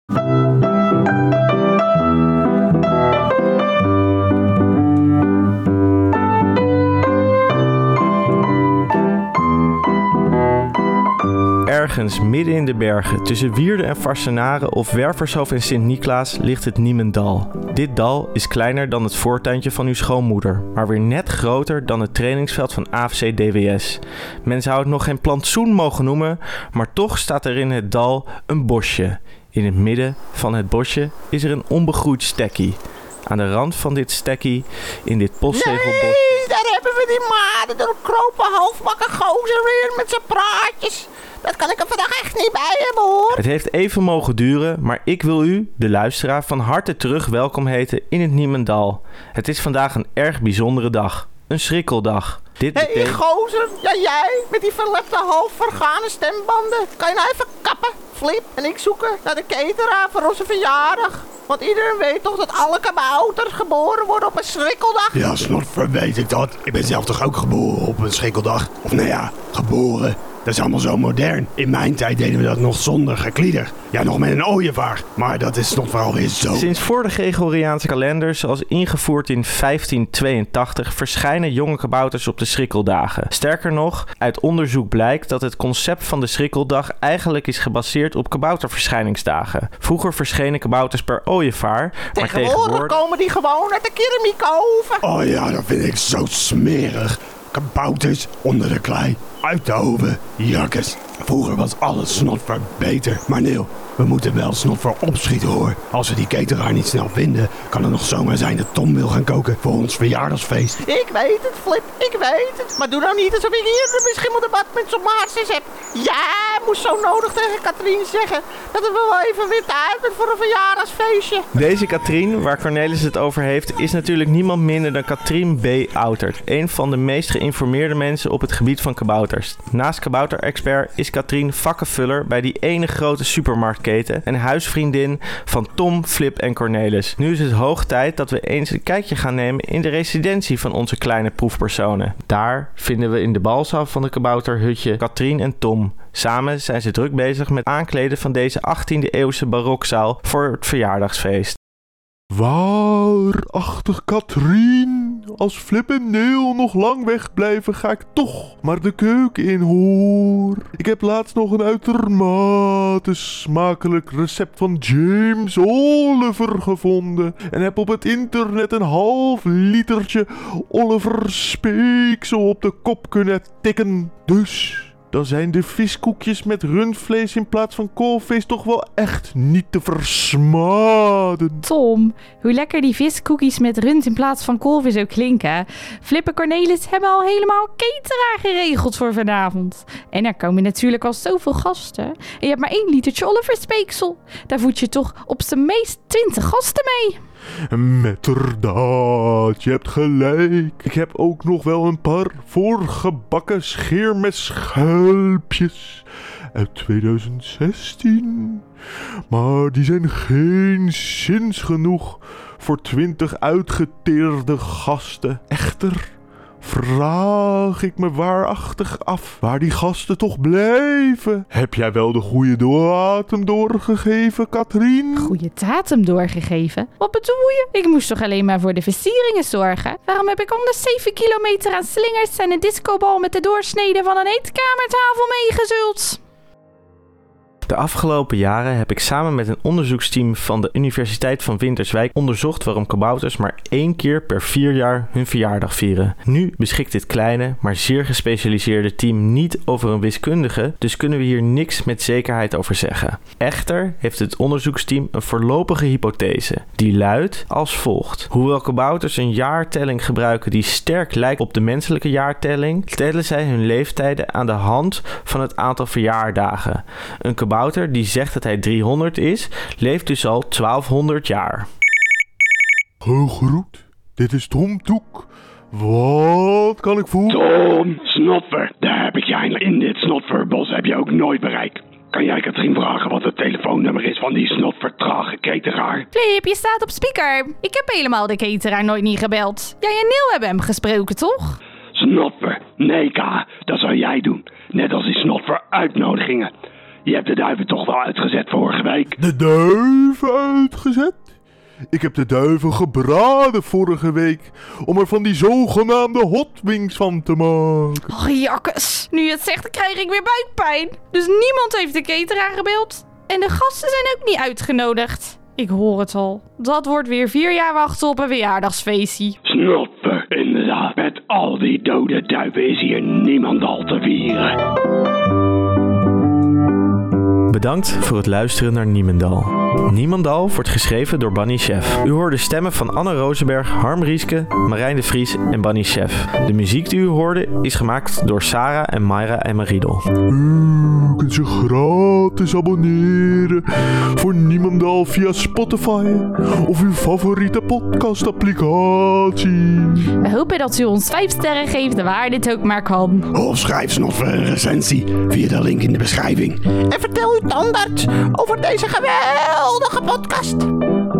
Ergens midden in de bergen, tussen Wierden en Varsenaren of Wervershoofd en Sint-Niklaas, ligt het Niemendal. Dit dal is kleiner dan het voortuintje van uw schoonmoeder, maar weer net groter dan het trainingsveld van AFC DWS. Men zou het nog geen plantsoen mogen noemen, maar toch staat er in het dal een bosje. In het midden van het bosje is er een onbegroeid stekkie. Aan de rand van dit stekkie, in dit postzegelbosje... Nee, daar hebben we die maden, de kropen halfbakken gozer weer met zijn praatjes. Dat kan ik er vandaag echt niet bij hebben, hoor. Het heeft even mogen duren, maar ik wil u, de luisteraar, van harte terug welkom heten in het Niemendal. Het is vandaag een erg bijzondere dag. Een schrikkeldag. Hé, gozer, ja jij, met die verlepte half vergane stembanden. Kan je nou even kappen, Flip en ik zoeken naar de cateraar voor onze verjaardag? Want iedereen weet toch dat alle kabouters geboren worden op een schrikkeldag? Ja, snotver weet ik dat. Ik ben zelf toch ook geboren op een schrikkeldag? Of nou ja, geboren. Dat is allemaal zo modern. In mijn tijd deden we dat nog zonder geklieder. Ja, nog met een ooievaar. Maar dat is nog vooral weer zo. Sinds voor de Gregoriaanse kalender, zoals ingevoerd in 1582, verschijnen jonge kabouters op de schrikkeldagen. Sterker nog, uit onderzoek blijkt dat het concept van de schrikkeldag eigenlijk is gebaseerd op kabouterverschijningsdagen. Vroeger verschenen kabouters per ooievaar, maar tegenwoordig komen die gewoon uit de kermiekoven. Oh ja, dat vind ik zo smerig. Kabouters onder de klei, uit de oven, jakkes. Vroeger was alles snotver beter. Maar Neil, we moeten wel snotver opschieten, hoor. Als we die cateraar niet snel vinden, kan het nog zomaar zijn dat Tom wil gaan koken voor ons verjaardagsfeest. Ik weet het, Flip, ik weet het. Maar doe nou niet alsof ik hier de beschimmelde bad met zo'n maarsjes heb. Ja, moest zo nodig tegen Katrien zeggen dat het wel even weer tijd bent voor een verjaardagsfeestje. Deze Katrien, waar Cornelis het over heeft, is natuurlijk niemand minder dan Katrien B. Outert. Een van de meest geïnformeerde mensen op het gebied van kabouters. Naast kabouter-expert is Katrien vakkenvuller bij die ene grote supermarktketen en huisvriendin van Tom, Flip en Cornelis. Nu is het hoog tijd dat we eens een kijkje gaan nemen in de residentie van onze kleine proefpersonen. Daar vinden we in de balzaal van de kabouterhutje Katrien en Tom. Samen zijn ze druk bezig met aankleden van deze 18e eeuwse barokzaal voor het verjaardagsfeest. Waarachtig Katrien, als Flip en Neil nog lang wegblijven, ga ik toch maar de keuken in, hoor. Ik heb laatst nog een uitermate smakelijk recept van James Oliver gevonden en heb op het internet een half litertje Oliver speeksel op de kop kunnen tikken. Dus dan zijn de viskoekjes met rundvlees in plaats van koolvlees toch wel echt niet te versmaden. Tom, hoe lekker die viskoekjes met rund in plaats van koolvis ook klinken. Flip en Cornelis hebben al helemaal cateraar geregeld voor vanavond. En er komen natuurlijk al zoveel gasten. En je hebt maar 1 litertje Oliver speeksel. Daar voed je toch op zijn meest 20 gasten mee. Metterdaad, je hebt gelijk. Ik heb ook nog wel een paar voorgebakken scheermesschelpjes uit 2016. Maar die zijn geenszins genoeg voor 20 uitgeteerde gasten. Echter vraag ik me waarachtig af waar die gasten toch blijven. Heb jij wel de goede datum doorgegeven, Katrien? Goede datum doorgegeven? Wat bedoel je? Ik moest toch alleen maar voor de versieringen zorgen? Waarom heb ik anders 7 kilometer aan slingers en een discobal met de doorsnede van een eetkamertafel meegezult? De afgelopen jaren heb ik samen met een onderzoeksteam van de Universiteit van Winterswijk onderzocht waarom kabouters maar 1 keer per 4 jaar hun verjaardag vieren. Nu beschikt dit kleine, maar zeer gespecialiseerde team niet over een wiskundige, dus kunnen we hier niks met zekerheid over zeggen. Echter heeft het onderzoeksteam een voorlopige hypothese, die luidt als volgt. Hoewel kabouters een jaartelling gebruiken die sterk lijkt op de menselijke jaartelling, tellen zij hun leeftijden aan de hand van het aantal verjaardagen. Een kabouter die zegt dat hij 300 is, leeft dus al 1200 jaar. Gegroet, dit is Tom Toek. Wat kan ik voor? Tom, snotver, daar heb ik je eindelijk. In dit snotverbos heb je ook nooit bereik. Kan jij Katrien vragen wat het telefoonnummer is van die snotvertrage cateraar? Flip, je staat op speaker. Ik heb helemaal de cateraar nooit niet gebeld. Jij en Neil hebben hem gesproken, toch? Snotver, nee Ka, dat zou jij doen. Net als die snotver uitnodigingen. je hebt de duiven toch wel uitgezet vorige week? De duiven uitgezet? Ik heb de duiven gebraden vorige week om er van die zogenaamde hot wings van te maken. Oh, jakkes. Nu je het zegt, dan krijg ik weer buikpijn. Dus niemand heeft de cateraar gebeld. En de gasten zijn ook niet uitgenodigd. Ik hoor het al. Dat wordt weer 4 jaar wachten op een verjaardagsfeestje. Snotver, inderdaad. Met al die dode duiven is hier niemandal te vieren. Bedankt voor het luisteren naar Niemendal. Niemendal wordt geschreven door Bunny Chef. U hoorde stemmen van Anne Rozenberg, Harm Rieske, Marijn de Vries en Bunny Chef. De muziek die u hoorde is gemaakt door Sarah en Mayra en Mariedel. U kunt zich gratis abonneren voor Niemendal via Spotify of uw favoriete podcastapplicatie. We hopen dat u ons 5 sterren geeft waar dit ook maar kan. Of schrijf Snotver een recensie via de link in de beschrijving. En vertel uw tandarts over deze geweldige podcast.